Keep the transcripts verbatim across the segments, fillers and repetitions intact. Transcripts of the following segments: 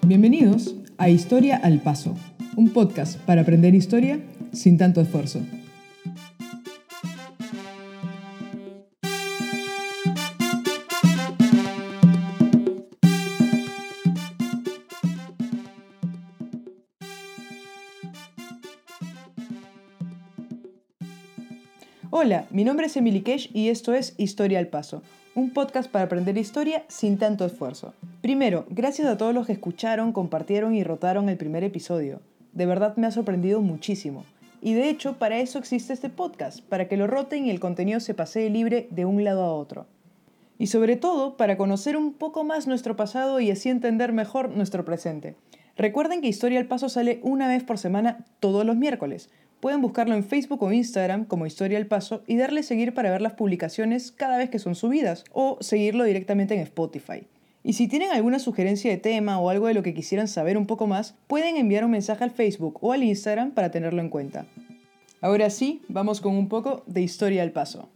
Bienvenidos a Historia al Paso, un podcast para aprender historia sin tanto esfuerzo. Hola, mi nombre es Emily Kesh y esto es Historia al Paso, un podcast para aprender historia sin tanto esfuerzo. Primero, gracias a todos los que escucharon, compartieron y rotaron el primer episodio. De verdad me ha sorprendido muchísimo. Y de hecho, para eso existe este podcast, para que lo roten y el contenido se pasee libre de un lado a otro. Y sobre todo, para conocer un poco más nuestro pasado y así entender mejor nuestro presente. Recuerden que Historia al Paso sale una vez por semana todos los miércoles. Pueden buscarlo en Facebook o Instagram como Historia al Paso y darle seguir para ver las publicaciones cada vez que son subidas o seguirlo directamente en Spotify. Y si tienen alguna sugerencia de tema o algo de lo que quisieran saber un poco más, pueden enviar un mensaje al Facebook o al Instagram para tenerlo en cuenta. Ahora sí, vamos con un poco de Historia al Paso.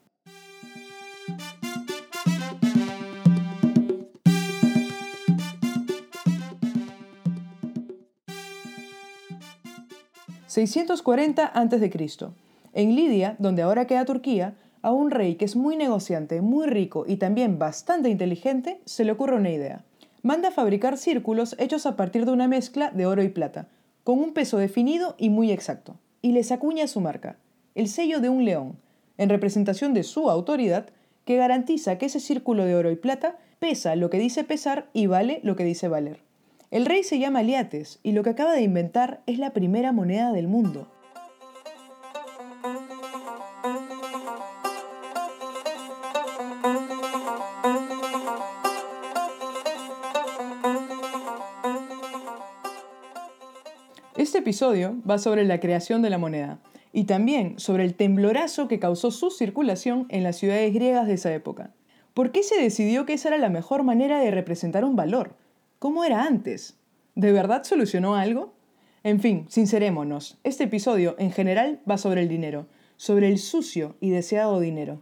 seiscientos cuarenta antes de Cristo En Lidia, donde ahora queda Turquía, a un rey que es muy negociante, muy rico y también bastante inteligente, se le ocurre una idea. Manda a fabricar círculos hechos a partir de una mezcla de oro y plata, con un peso definido y muy exacto, y les acuña su marca, el sello de un león, en representación de su autoridad, que garantiza que ese círculo de oro y plata pesa lo que dice pesar y vale lo que dice valer. El rey se llama Aliates y lo que acaba de inventar es la primera moneda del mundo. Este episodio va sobre la creación de la moneda y también sobre el temblorazo que causó su circulación en las ciudades griegas de esa época. ¿Por qué se decidió que esa era la mejor manera de representar un valor? ¿Cómo era antes? ¿De verdad solucionó algo? En fin, sincerémonos, este episodio en general va sobre el dinero, sobre el sucio y deseado dinero.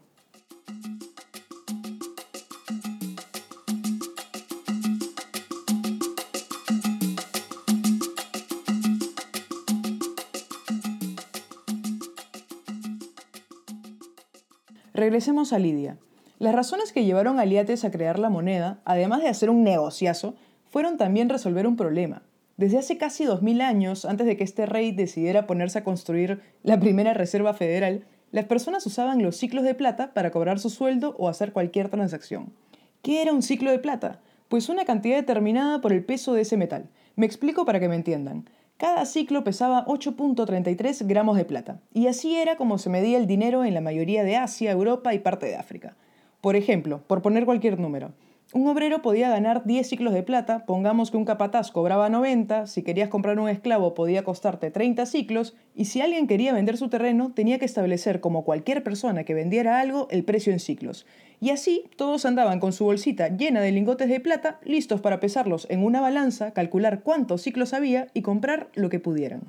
Regresemos a Lidia. Las razones que llevaron a Aliates a crear la moneda, además de hacer un negociazo, fueron también resolver un problema. Desde hace casi dos mil años, antes de que este rey decidiera ponerse a construir la primera reserva federal, las personas usaban los ciclos de plata para cobrar su sueldo o hacer cualquier transacción. ¿Qué era un ciclo de plata? Pues una cantidad determinada por el peso de ese metal. Me explico para que me entiendan. Cada ciclo pesaba ocho punto treinta y tres gramos de plata, y así era como se medía el dinero en la mayoría de Asia, Europa y parte de África. Por ejemplo, por poner cualquier número, un obrero podía ganar diez ciclos de plata, pongamos que un capataz cobraba noventa, si querías comprar un esclavo podía costarte treinta ciclos, y si alguien quería vender su terreno tenía que establecer como cualquier persona que vendiera algo el precio en ciclos. Y así todos andaban con su bolsita llena de lingotes de plata, listos para pesarlos en una balanza, calcular cuántos ciclos había y comprar lo que pudieran.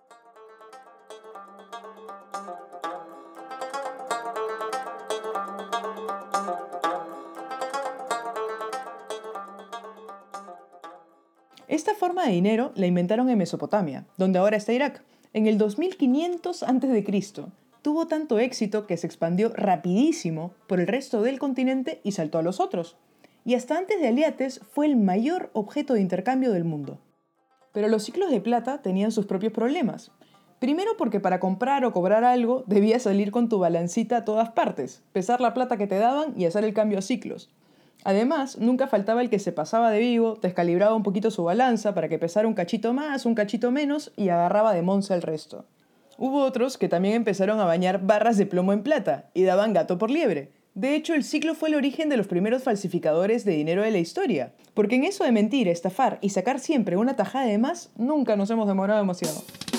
Esta forma de dinero la inventaron en Mesopotamia, donde ahora está Irak, en el dos mil quinientos antes de Cristo. Tuvo tanto éxito que se expandió rapidísimo por el resto del continente y saltó a los otros. Y hasta antes de Aliates fue el mayor objeto de intercambio del mundo. Pero los ciclos de plata tenían sus propios problemas. Primero porque para comprar o cobrar algo debías salir con tu balancita a todas partes, pesar la plata que te daban y hacer el cambio a ciclos. Además, nunca faltaba el que se pasaba de vivo, descalibraba un poquito su balanza para que pesara un cachito más, un cachito menos y agarraba de monza el resto. Hubo otros que también empezaron a bañar barras de plomo en plata y daban gato por liebre. De hecho, el ciclo fue el origen de los primeros falsificadores de dinero de la historia, porque en eso de mentir, estafar y sacar siempre una tajada de más, nunca nos hemos demorado demasiado.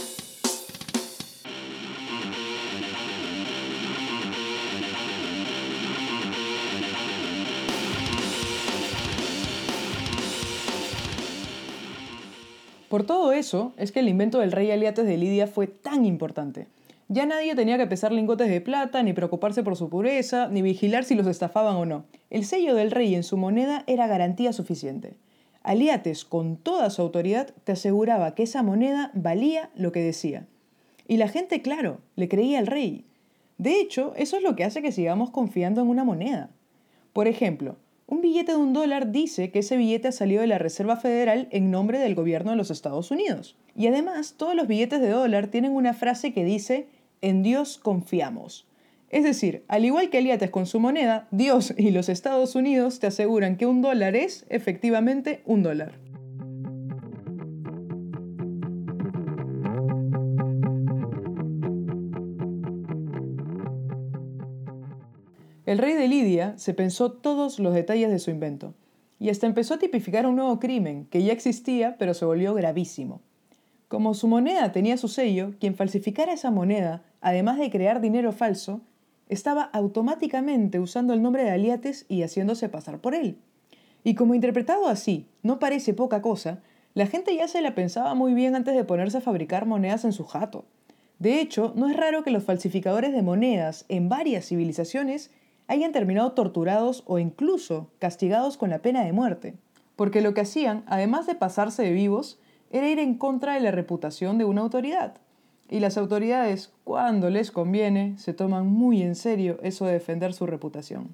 Por todo eso, es que el invento del rey Aliates de Lidia fue tan importante. Ya nadie tenía que pesar lingotes de plata, ni preocuparse por su pureza, ni vigilar si los estafaban o no. El sello del rey en su moneda era garantía suficiente. Aliates, con toda su autoridad, te aseguraba que esa moneda valía lo que decía. Y la gente, claro, le creía al rey. De hecho, eso es lo que hace que sigamos confiando en una moneda. Por ejemplo, un billete de un dólar dice que ese billete ha salido de la Reserva Federal en nombre del gobierno de los Estados Unidos. Y además, todos los billetes de dólar tienen una frase que dice, en Dios confiamos. Es decir, al igual que Aliates con su moneda, Dios y los Estados Unidos te aseguran que un dólar es, efectivamente, un dólar. El rey de Lidia se pensó todos los detalles de su invento y hasta empezó a tipificar un nuevo crimen que ya existía pero se volvió gravísimo. Como su moneda tenía su sello, quien falsificara esa moneda, además de crear dinero falso, estaba automáticamente usando el nombre de Aliates y haciéndose pasar por él. Y como interpretado así no parece poca cosa, la gente ya se la pensaba muy bien antes de ponerse a fabricar monedas en su jato. De hecho, no es raro que los falsificadores de monedas en varias civilizaciones hayan terminado torturados o incluso castigados con la pena de muerte. Porque lo que hacían, además de pasarse de vivos, era ir en contra de la reputación de una autoridad. Y las autoridades, cuando les conviene, se toman muy en serio eso de defender su reputación.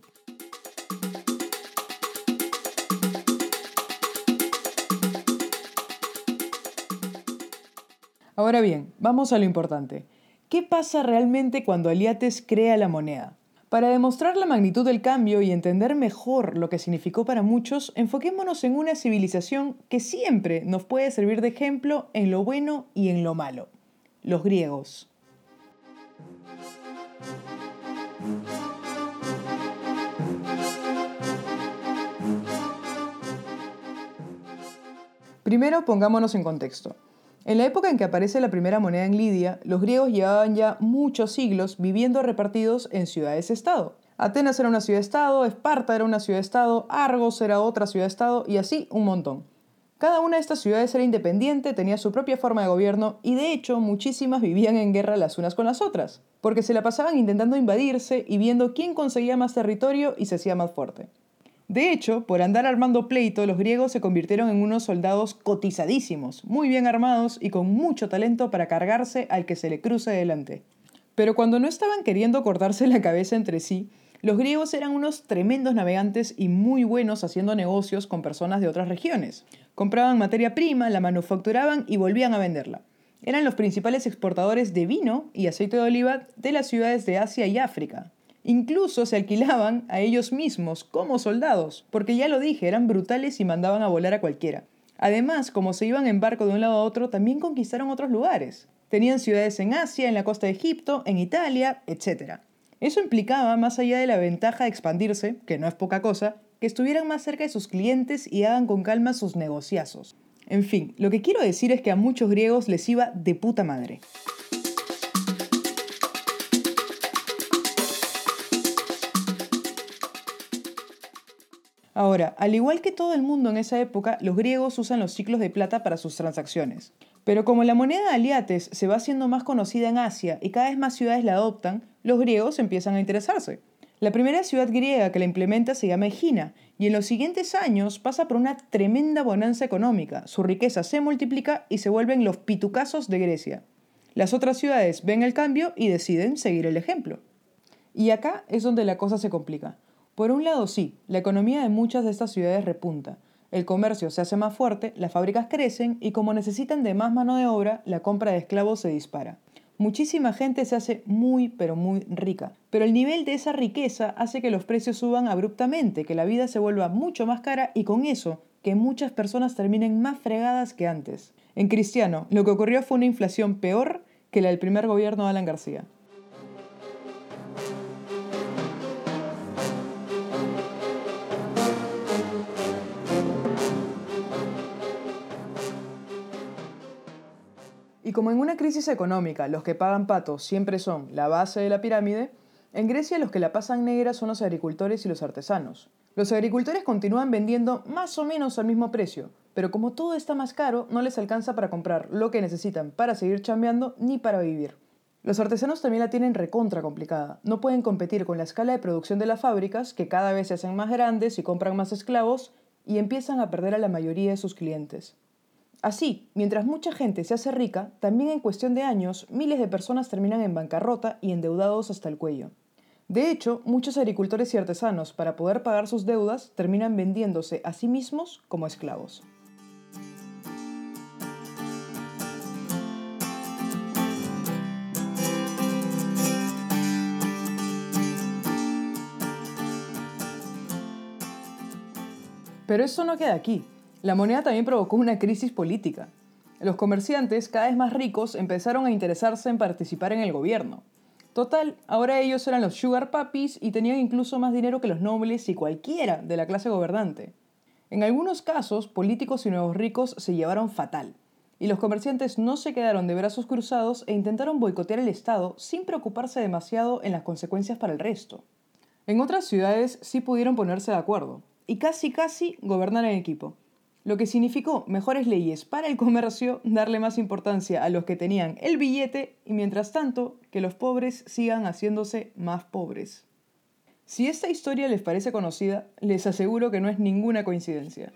Ahora bien, vamos a lo importante. ¿Qué pasa realmente cuando Aliates crea la moneda? Para demostrar la magnitud del cambio y entender mejor lo que significó para muchos, enfoquémonos en una civilización que siempre nos puede servir de ejemplo en lo bueno y en lo malo: los griegos. Primero, pongámonos en contexto. En la época en que aparece la primera moneda en Lidia, los griegos llevaban ya muchos siglos viviendo repartidos en ciudades-estado. Atenas era una ciudad-estado, Esparta era una ciudad-estado, Argos era otra ciudad-estado y así un montón. Cada una de estas ciudades era independiente, tenía su propia forma de gobierno y de hecho muchísimas vivían en guerra las unas con las otras, porque se la pasaban intentando invadirse y viendo quién conseguía más territorio y se hacía más fuerte. De hecho, por andar armando pleito, los griegos se convirtieron en unos soldados cotizadísimos, muy bien armados y con mucho talento para cargarse al que se le cruce delante. Pero cuando no estaban queriendo cortarse la cabeza entre sí, los griegos eran unos tremendos navegantes y muy buenos haciendo negocios con personas de otras regiones. Compraban materia prima, la manufacturaban y volvían a venderla. Eran los principales exportadores de vino y aceite de oliva de las ciudades de Asia y África. Incluso se alquilaban a ellos mismos como soldados, porque ya lo dije, eran brutales y mandaban a volar a cualquiera. Además, como se iban en barco de un lado a otro, también conquistaron otros lugares. Tenían ciudades en Asia, en la costa de Egipto, en Italia, etcétera. Eso implicaba, más allá de la ventaja de expandirse, que no es poca cosa, que estuvieran más cerca de sus clientes y hagan con calma sus negociazos. En fin, lo que quiero decir es que a muchos griegos les iba de puta madre. Ahora, al igual que todo el mundo en esa época, los griegos usan los ciclos de plata para sus transacciones. Pero como la moneda de Aliates se va haciendo más conocida en Asia y cada vez más ciudades la adoptan, los griegos empiezan a interesarse. La primera ciudad griega que la implementa se llama Egina, y en los siguientes años pasa por una tremenda bonanza económica, su riqueza se multiplica y se vuelven los pitucasos de Grecia. Las otras ciudades ven el cambio y deciden seguir el ejemplo. Y acá es donde la cosa se complica. Por un lado sí, la economía de muchas de estas ciudades repunta. El comercio se hace más fuerte, las fábricas crecen y como necesitan de más mano de obra, la compra de esclavos se dispara. Muchísima gente se hace muy pero muy rica, pero el nivel de esa riqueza hace que los precios suban abruptamente, que la vida se vuelva mucho más cara y con eso que muchas personas terminen más fregadas que antes. En Cristiano, lo que ocurrió fue una inflación peor que la del primer gobierno de Alan García. Y como en una crisis económica los que pagan patos siempre son la base de la pirámide, en Grecia los que la pasan negra son los agricultores y los artesanos. Los agricultores continúan vendiendo más o menos al mismo precio, pero como todo está más caro, no les alcanza para comprar lo que necesitan para seguir chambeando ni para vivir. Los artesanos también la tienen recontra complicada. No pueden competir con la escala de producción de las fábricas, que cada vez se hacen más grandes y compran más esclavos, y empiezan a perder a la mayoría de sus clientes. Así, mientras mucha gente se hace rica, también en cuestión de años, miles de personas terminan en bancarrota y endeudados hasta el cuello. De hecho, muchos agricultores y artesanos, para poder pagar sus deudas, terminan vendiéndose a sí mismos como esclavos. Pero eso no queda aquí. La moneda también provocó una crisis política. Los comerciantes, cada vez más ricos, empezaron a interesarse en participar en el gobierno. Total, ahora ellos eran los sugar puppies y tenían incluso más dinero que los nobles y cualquiera de la clase gobernante. En algunos casos, políticos y nuevos ricos se llevaron fatal, y los comerciantes no se quedaron de brazos cruzados e intentaron boicotear el Estado sin preocuparse demasiado en las consecuencias para el resto. En otras ciudades sí pudieron ponerse de acuerdo, y casi casi gobernar en equipo, lo que significó mejores leyes para el comercio, darle más importancia a los que tenían el billete y mientras tanto que los pobres sigan haciéndose más pobres. Si esta historia les parece conocida, les aseguro que no es ninguna coincidencia.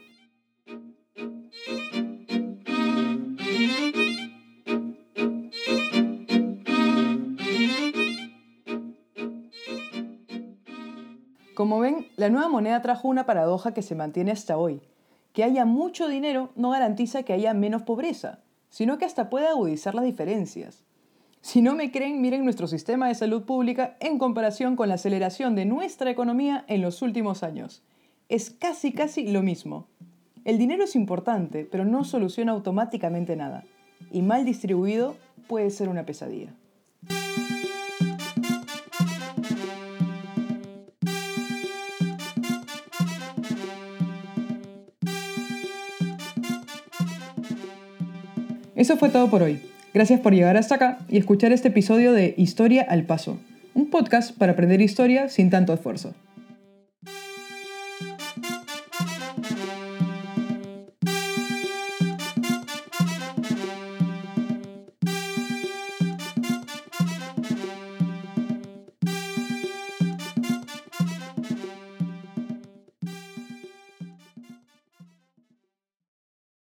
Como ven, la nueva moneda trajo una paradoja que se mantiene hasta hoy. Que haya mucho dinero no garantiza que haya menos pobreza, sino que hasta puede agudizar las diferencias. Si no me creen, miren nuestro sistema de salud pública en comparación con la aceleración de nuestra economía en los últimos años. Es casi casi lo mismo. El dinero es importante, pero no soluciona automáticamente nada. Y mal distribuido puede ser una pesadilla. Eso fue todo por hoy. Gracias por llegar hasta acá y escuchar este episodio de Historia al Paso, un podcast para aprender historia sin tanto esfuerzo.